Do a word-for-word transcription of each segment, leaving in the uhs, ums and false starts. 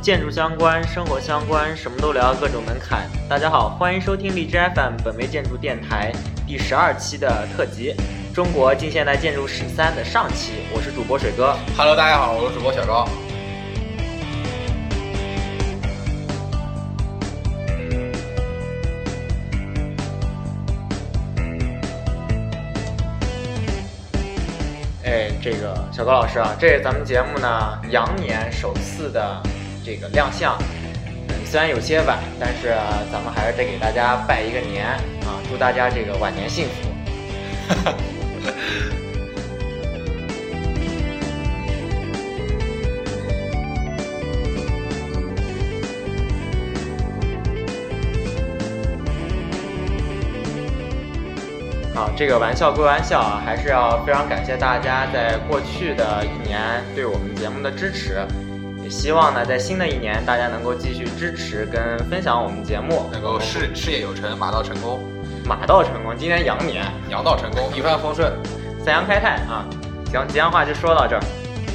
建筑相关、生活相关，什么都聊，各种门槛。大家好，欢迎收听荔枝 F M 本微建筑电台第十二期的特辑《中国近现代建筑史三》的上期。我是主播水哥。 Hello， 大家好，我是主播小高。 哎，这个小高老师啊，这是咱们节目呢羊年首次的这个亮相，嗯，虽然有些晚，但是、啊、咱们还是得给大家拜一个年啊，祝大家这个晚年幸福。好，这个玩笑归玩笑啊，还是要非常感谢大家在过去的一年对我们节目的支持，也希望呢在新的一年大家能够继续支持跟分享我们节目， 能够事事业有成，马到成功。 马到成功，今年羊年， 羊到成功，一帆风顺， 三阳开泰啊！行，吉祥话就说到这儿。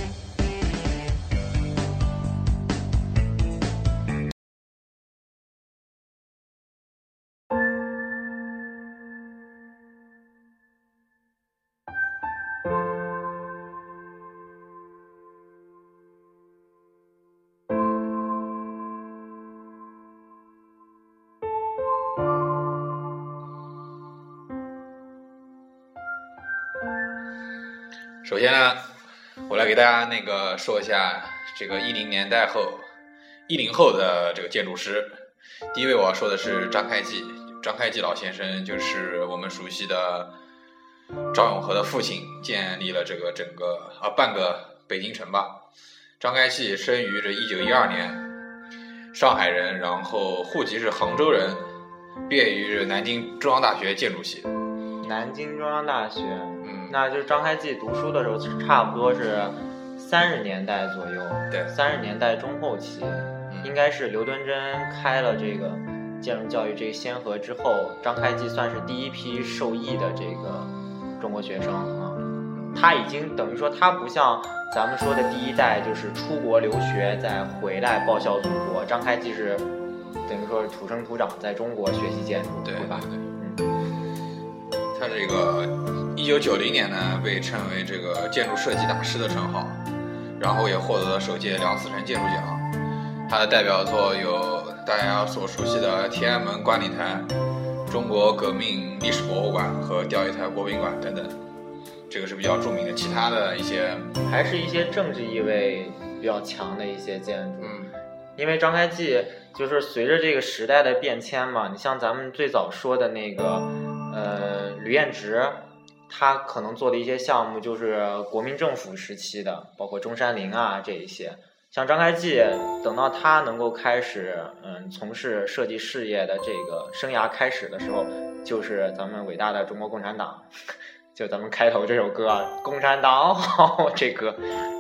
首先呢，我来给大家那个说一下这个一零年代后一零后的这个建筑师。第一位我要说的是张开济，张开济老先生就是我们熟悉的赵永和的父亲，建立了这个整个啊半个北京城吧。张开济生于这一九一二年，上海人，然后户籍是杭州人，毕业于南京中央大学建筑系。 南京中央大学，嗯，那就是张开济读书的时候，差不多是三十年代左右， 对， 三十年代中后期，嗯、应该是刘敦桢开了这个建筑教育这个先河之后，张开济算是第一批受益的这个中国学生啊。他已经等于说，他不像咱们说的第一代，就是出国留学再回来报效祖国，张开济是等于说是土生土长在中国学习建筑， 对吧？ 对对。他这个一九九零年呢，被称为这个建筑设计大师的称号，然后也获得了首届梁思成建筑奖。他的代表作有大家所熟悉的天安门观礼台、中国革命历史博物馆和钓鱼台国宾馆等等，这个是比较著名的。其他的一些还是一些政治意味比较强的一些建筑。 嗯， 因为张开济就是随着这个时代的变迁嘛，你像咱们最早说的那个呃吕彦直，他可能做的一些项目就是国民政府时期的，包括中山陵啊这一些。像张开济，等到他能够开始嗯从事设计事业的这个生涯开始的时候，就是咱们伟大的中国共产党，就咱们开头这首歌啊，共产党好这歌。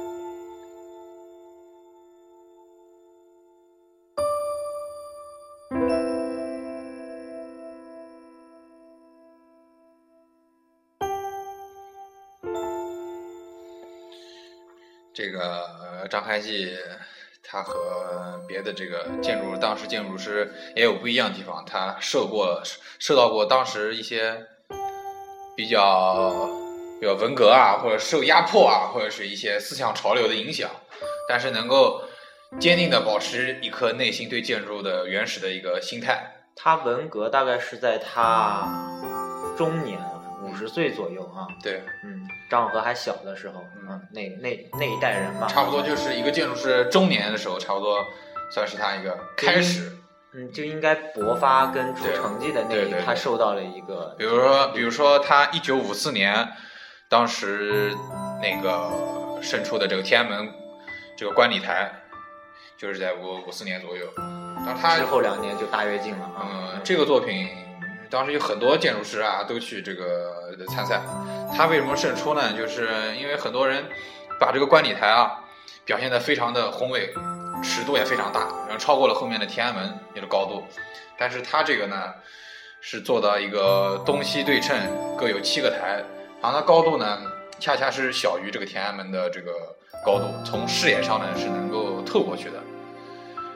这个呃张开济他和别的这个建筑当时建筑师也有不一样的地方，他受过受到过当时一些比较比较文革啊，或者受压迫啊，或者是一些思想潮流的影响，但是能够坚定的保持一颗内心对建筑的原始的一个心态。 他文革大概是在他中年五十岁左右啊， 对， 嗯，张永和还小的时候，嗯，那那那一代人嘛， 差不多就是一个建筑师中年的时候，差不多算是他一个开始， 嗯，就应该勃发跟出成绩的那一，他受到了一个， 比如说，比如说他一九五四年，当时那个胜出的这个天安门这个观礼台，就是在五五四年左右，当他之后两年就大跃进了， 嗯，这个作品。当时有很多建筑师啊都去这个参赛，他为什么胜出呢？就是因为很多人把这个观礼台啊表现得非常的宏伟，尺度也非常大，然后超过了后面的天安门的高度。但是他这个呢是做到一个东西对称，各有七个台，然后它高度呢恰恰是小于这个天安门的这个高度，从视野上呢是能够透过去的。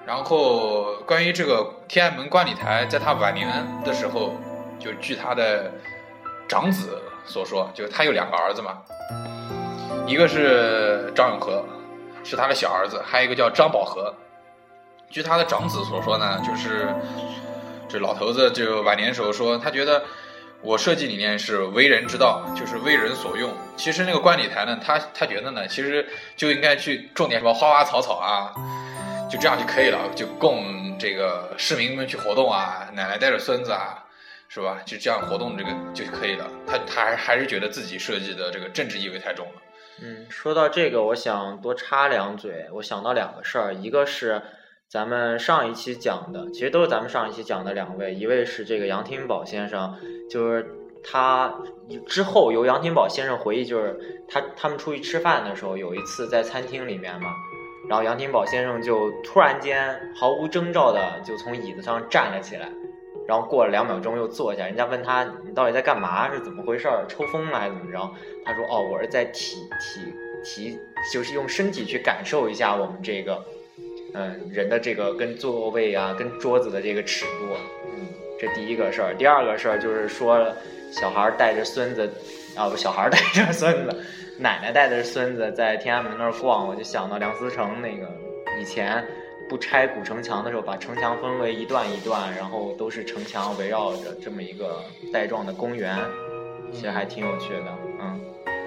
然后关于这个天安门观礼台，在他晚年的时候，就据他的长子所说，就他有两个儿子嘛，一个是张永和，是他的小儿子，还有一个叫张宝和。据他的长子所说呢，就是这老头子就晚年时候说，他觉得我设计理念是为人之道，就是为人所用。其实那个观礼台呢，他他觉得呢，其实就应该去种点什么花花草草啊，就这样就可以了，就供这个市民们去活动啊，奶奶带着孙子啊，是吧？就这样活动这个就可以了。他他还还是觉得自己设计的这个政治意味太重了。 嗯，说到这个，我想多插两嘴。我想到两个事儿，一个是咱们上一期讲的，其实都是咱们上一期讲的两位，一位是这个杨廷宝先生，就是他之后由杨廷宝先生回忆，就是他他们出去吃饭的时候，有一次在餐厅里面嘛。然后杨廷宝先生就突然间毫无征兆的就从椅子上站了起来，然后过了两秒钟又坐下。人家问他你到底在干嘛，是怎么回事，抽风了还是怎么着？他说哦，我是在体体体，就是用身体去感受一下我们这个嗯人的这个跟座位啊跟桌子的这个尺度。嗯，这第一个事儿。第二个事儿就是说小孩带着孙子啊不小孩带着孙子奶奶带着孙子在天安门那儿逛，我就想到梁思成那个以前不拆古城墙的时候，把城墙分为一段一段，然后都是城墙围绕着这么一个带状的公园，其实还挺有趣的。嗯。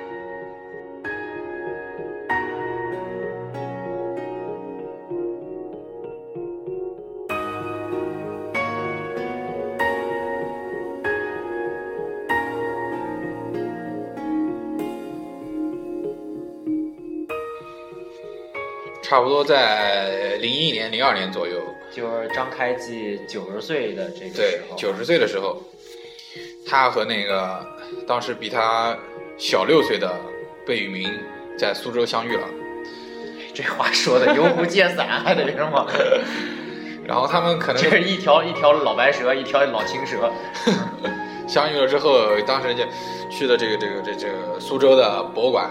差不多在零一年、零二年左右， 就是张开济九十岁的这个时候， 对，九十岁的时候，他和那个当时比他小六岁的贝聿铭在苏州相遇了。 这话说的游湖借伞还得什么？ 然后他们可能这是一条一条老白蛇，一条老青蛇。 相遇了之后，当时就去了这个这个这这个苏州的博物馆。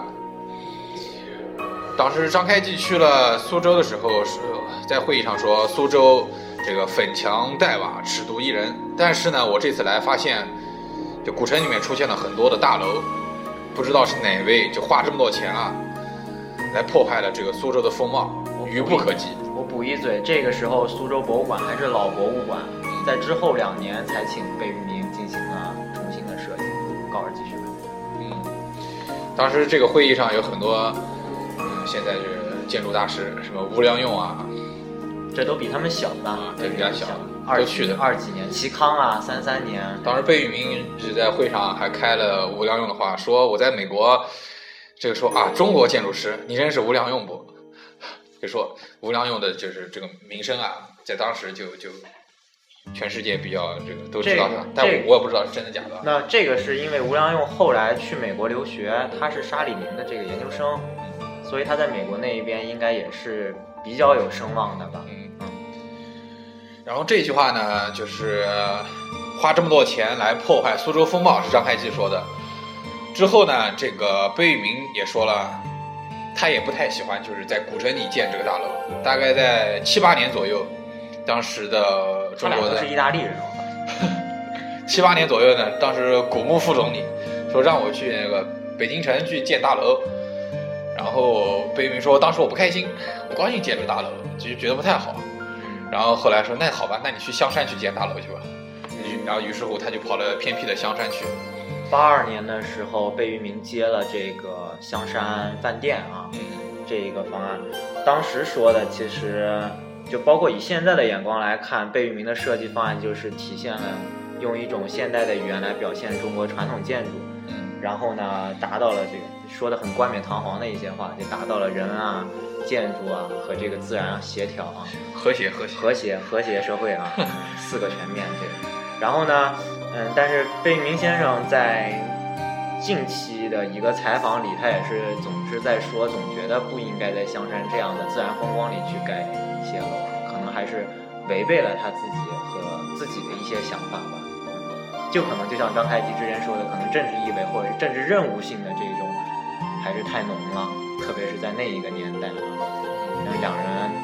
当时张开济去了苏州的时候，是在会议上说苏州这个粉墙黛瓦，尺度一人。但是呢，我这次来发现，就古城里面出现了很多的大楼，不知道是哪位就花这么多钱啊，来破坏了这个苏州的风貌，愚不可及。 我补一嘴，这个时候苏州博物馆还是老博物馆，在之后两年才请贝聿铭进行了重新的设计。高尔继续吧。 嗯，当时这个会议上有很多。现在是建筑大师，什么吴良用啊， 这都比他们小的， 对，比他小， 二去的二几年，齐康啊，三三年。 当时贝聿铭是在会上还开了吴良用的话，说我在美国，这个说啊，中国建筑师，你认识吴良用不？就说吴良用的就是这个名声啊，在当时就就全世界比较这个都知道他， 这个、 但我也不知道是真的假的。 那这个是因为吴良用后来去美国留学，他是沙里宁的这个研究生。所以他在美国那一边应该也是比较有声望的吧。 嗯嗯。然后这句话呢，就是花这么多钱来破坏苏州风貌，是张开济说的。之后呢，这个贝聿铭也说了，他也不太喜欢就是在古城里建这个大楼。大概在七八年左右，当时的中国的他俩都是意大利人。 七八年左右呢，当时古牧副总理说让我去那个北京城去建大楼。然后贝聿铭说，当时我不开心，我高兴建这大楼，就觉得不太好。然后后来说，那好吧，那你去香山去建大楼去吧。然后于是乎他就跑了偏僻的香山去。 八二年的时候，贝聿铭接了这个香山饭店啊， 嗯， 这一个方案，当时说的其实就包括以现在的眼光来看，贝聿铭的设计方案就是体现了用一种现代的语言来表现中国传统建筑， 嗯， 然后呢，达到了这个。说的很冠冕堂皇的一些话，就达到了人啊、建筑啊和这个自然协调啊， 和谐和谐和谐和谐社会啊，四个全面这个。然后呢，嗯，但是贝聿铭先生在近期的一个采访里，他也是总是在说，总觉得不应该在香山这样的自然风光里去盖一些楼，可能还是违背了他自己和自己的一些想法吧。就可能就像张开济之前说的，可能政治意味或者是政治任务性的这种。还是太浓了，特别是在那一个年代啊，两人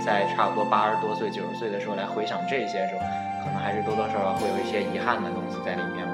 在差不多八十多岁、九十岁的时候来回想这些时候，可能还是多多少少会有一些遗憾的东西在里面吧。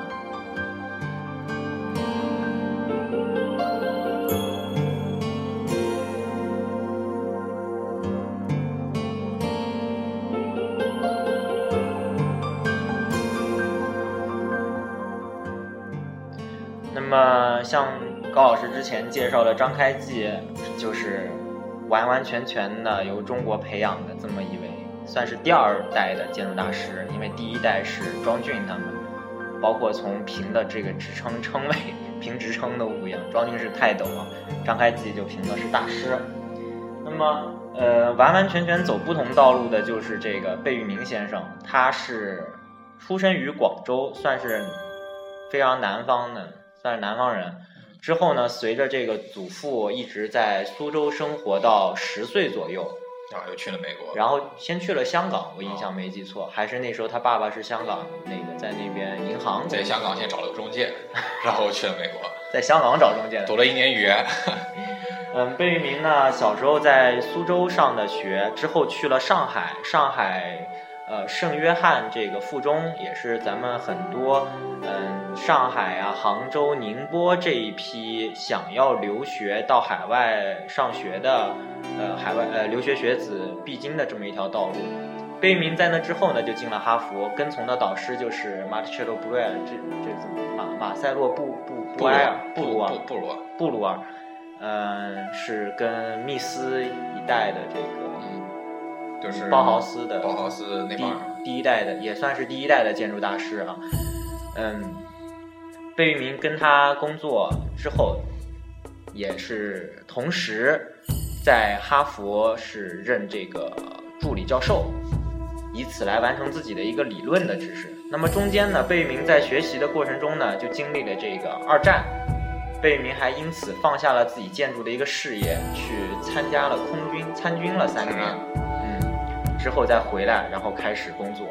那么像高老师之前介绍的张开济，就是完完全全的由中国培养的这么一位，算是第二代的建筑大师。因为第一代是庄俊他们，包括从评的这个职称称谓评职称都不一样，庄俊是泰斗啊，张开济就评的是大师。那么呃，完完全全走不同道路的就是这个贝聿铭先生，他是出生于广州，算是非常南方的，算是南方人。之后呢，随着这个祖父一直在苏州生活到十岁左右， 然后又去了美国， 然后先去了香港，我印象没记错，还是那时候他爸爸是香港那个在那边银行， 在香港先找了个中介，然后去了美国， 在香港找中介， 读了一年语言。 嗯，贝聿铭呢，小时候在苏州上的学，之后去了上海，上海呃圣约翰这个附中，也是咱们很多嗯上海啊、杭州、宁波这一批想要留学到海外上学的呃海外呃留学学子必经的这么一条道路。贝聿铭在那之后呢，就进了哈佛，跟从的导师就是马切洛布瑞尔，这这怎么马马塞洛布布布埃尔布鲁尔布鲁尔布鲁尔。嗯，是跟密斯一代的这个， 就是包豪斯的包豪斯那帮第第一代的，也算是第一代的建筑大师啊。嗯，贝聿铭跟他工作之后，也是同时在哈佛是任这个助理教授，以此来完成自己的一个理论的知识。那么中间呢，贝聿铭在学习的过程中呢，就经历了这个二战。贝聿铭还因此放下了自己建筑的一个事业，去参加了空军，参军了三年，嗯，之后再回来，然后开始工作。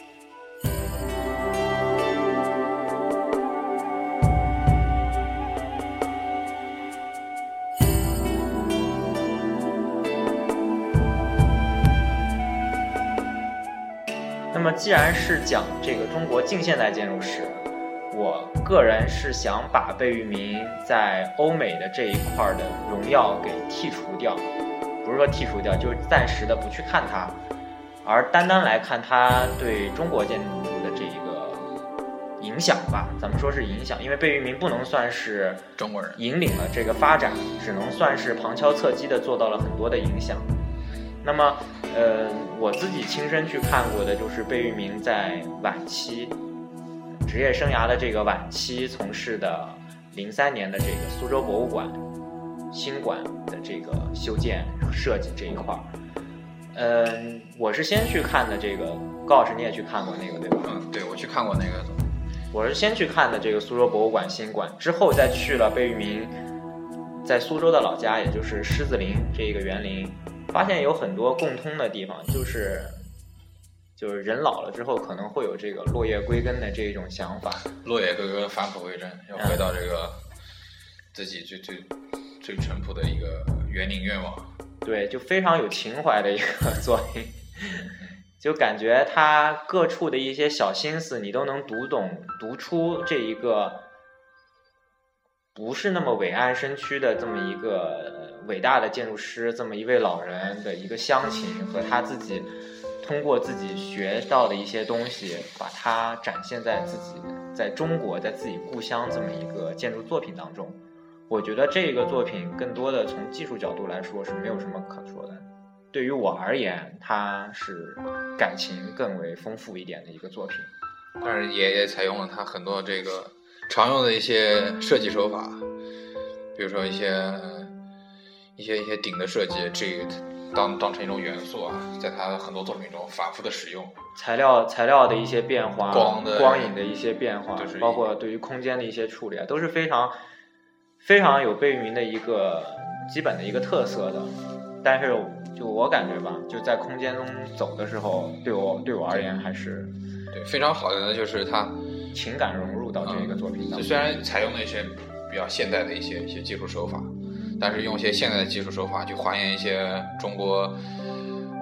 那么，既然是讲这个中国近现代建筑史，我个人是想把贝聿铭在欧美的这一块的荣耀给剔除掉，不是说剔除掉，就是暂时的不去看它，而单单来看他对中国建筑的这一个影响吧。咱们说是影响，因为贝聿铭不能算是中国人引领了这个发展，只能算是旁敲侧击的做到了很多的影响。那么，呃，我自己亲身去看过的就是贝聿铭在晚期。职业生涯的这个晚期从事的零三年的这个苏州博物馆新馆的这个修建设计这一块儿，嗯，我是先去看的这个，高老师你也去看过那个对吧？ 嗯，对，我去看过那个。 我是先去看的这个苏州博物馆新馆，之后再去了贝聿铭在苏州的老家，也就是狮子林这一个园林，发现有很多共通的地方，就是。就是人老了之后可能会有这个落叶归根的这一种想法， 落叶归根，返璞归真，要回到这个自己最最最淳朴的一个园林愿望。 对，就非常有情怀的一个作品，就感觉他各处的一些小心思你都能读懂，读出这一个不是那么伟岸身躯的这么一个伟大的建筑师，这么一位老人的一个乡情和他自己通过自己学到的一些东西，把它展现在自己在中国，在自己故乡这么一个建筑作品当中。我觉得这个作品更多的从技术角度来说是没有什么可说的。对于我而言，它是感情更为丰富一点的一个作品。 但是也也采用了它很多这个常用的一些设计手法，比如说一些一些一些顶的设计，这个。当当成一种元素啊，在他很多作品中反复的使用， 材料材料的一些变化， 光的光影的一些变化，包括对于空间的一些处理啊，都是非常非常有贝聿铭的一个基本的一个特色的。但是就我感觉吧，就在空间中走的时候，对我对我而言还是对非常好的呢，就是他情感融入到这个作品当中。 嗯、虽然采用了一些比较现代的一些一些技术手法。但是用一些现代的技术手法去还原一些中国，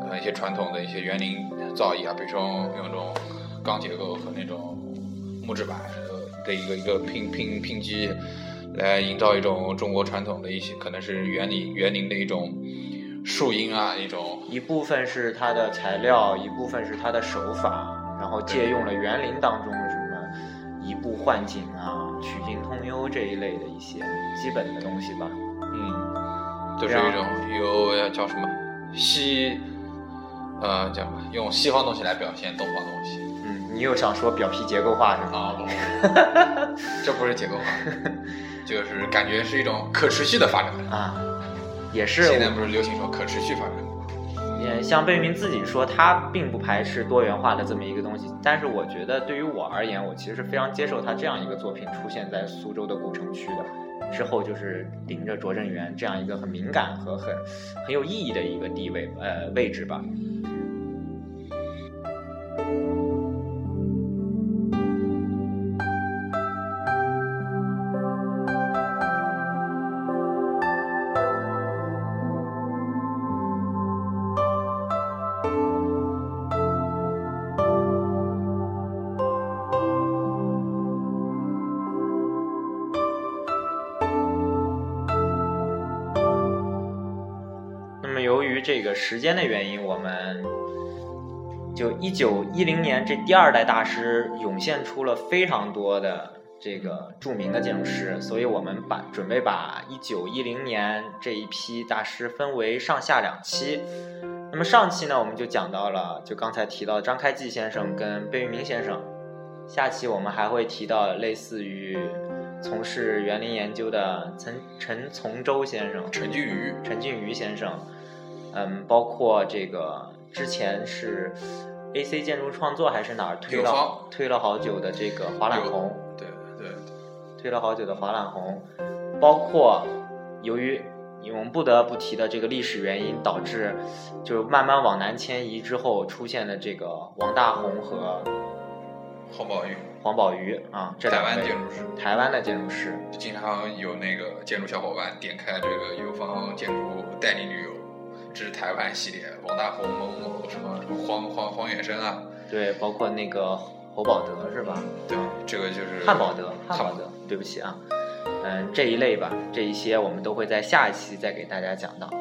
呃一些传统的一些园林造诣啊，比如说用那种钢结构和那种木质板的一个一个拼拼拼机，来营造一种中国传统的一些可能是园林园林的一种树荫啊，一种一部分是它的材料，一部分是它的手法，然后借用了园林当中什么移步换景啊、曲径通幽这一类的一些基本的东西吧。 嗯，就是一种有叫什么西，呃，叫用西方东西来表现东方东西。 嗯，你又想说表皮结构化是吗？ 啊，这不是结构化，就是感觉是一种可持续的发展啊，也是。 现在不是流行说可持续发展？ 也像贝聿铭自己说，他并不排斥多元化的这么一个东西，但是我觉得对于我而言，我其实是非常接受他这样一个作品出现在苏州的古城区的。之后就是临着拙政园这样一个很敏感和很很有意义的一个地位呃位置吧。由于这个时间的原因，我们就一九一零年这第二代大师涌现出了非常多的这个著名的建筑师，所以我们把准备把一九一零年这一批大师分为上下两期。那么上期呢，我们就讲到了就刚才提到张开济先生跟贝聿铭先生，下期我们还会提到类似于从事园林研究的陈陈从周先生、 陈俊瑜、 陈俊瑜先生。嗯，包括这个之前是 A C 建筑创作还是哪儿推了推了好久的这个华览红， 对对， 推了好久的华览红，包括由于我们不得不提的这个历史原因，导致就慢慢往南迁移之后出现的这个王大闳和黄宝玉， 黄宝瑜啊，这台两位湾建筑师， 台湾的建筑师， 经常有那个建筑小伙伴点开这个有方建筑带你旅游。是台湾系列，王大闳某某什么什么黄黄黄远生啊， 对，包括那个侯宝德是吧？ 对，这个就是汉宝德，汉宝德，对不起啊，嗯，这一类吧，这一些我们都会在下一期再给大家讲到。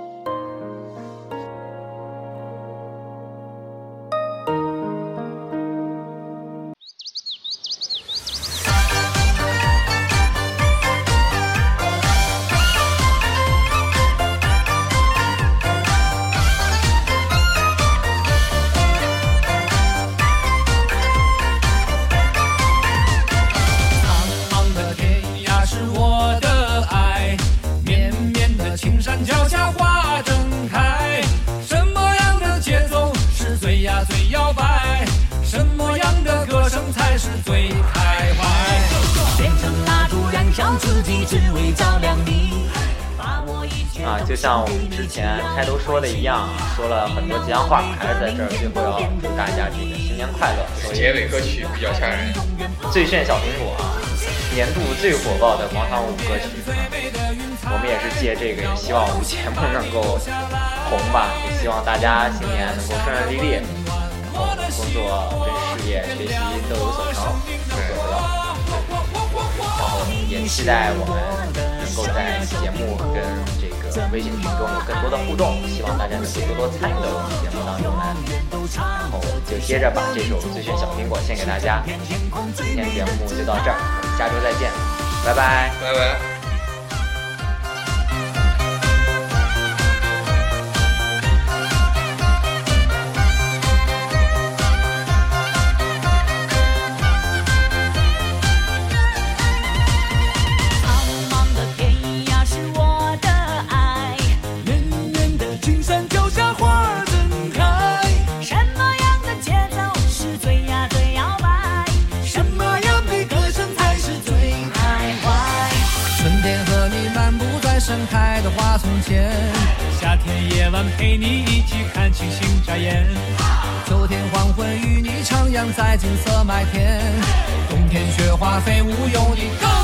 啊，就像我们之前开头说的一样，说了很多吉祥话，还是在这儿最后要祝大家这个新年快乐。 结尾歌曲比较吓人， 最炫小苹果啊，年度最火爆的广场舞歌曲啊，我们也是借这个，也希望我们节目能够红吧，也希望大家新年能够顺顺利利，然后工作跟事业、学习都有所成，有所得。然后也期待我们能够在节目跟这个微信群中有更多的互动，希望大家能够多多参与到我们节目当中来。然后就接着把这首《最炫小苹果》献给大家。今天节目就到这儿，我们下周再见，拜拜， 拜拜。盛开的花丛前，夏天夜晚陪你一起看星星眨眼，秋天黄昏与你徜徉在金色麦田，冬天雪花飞舞有你。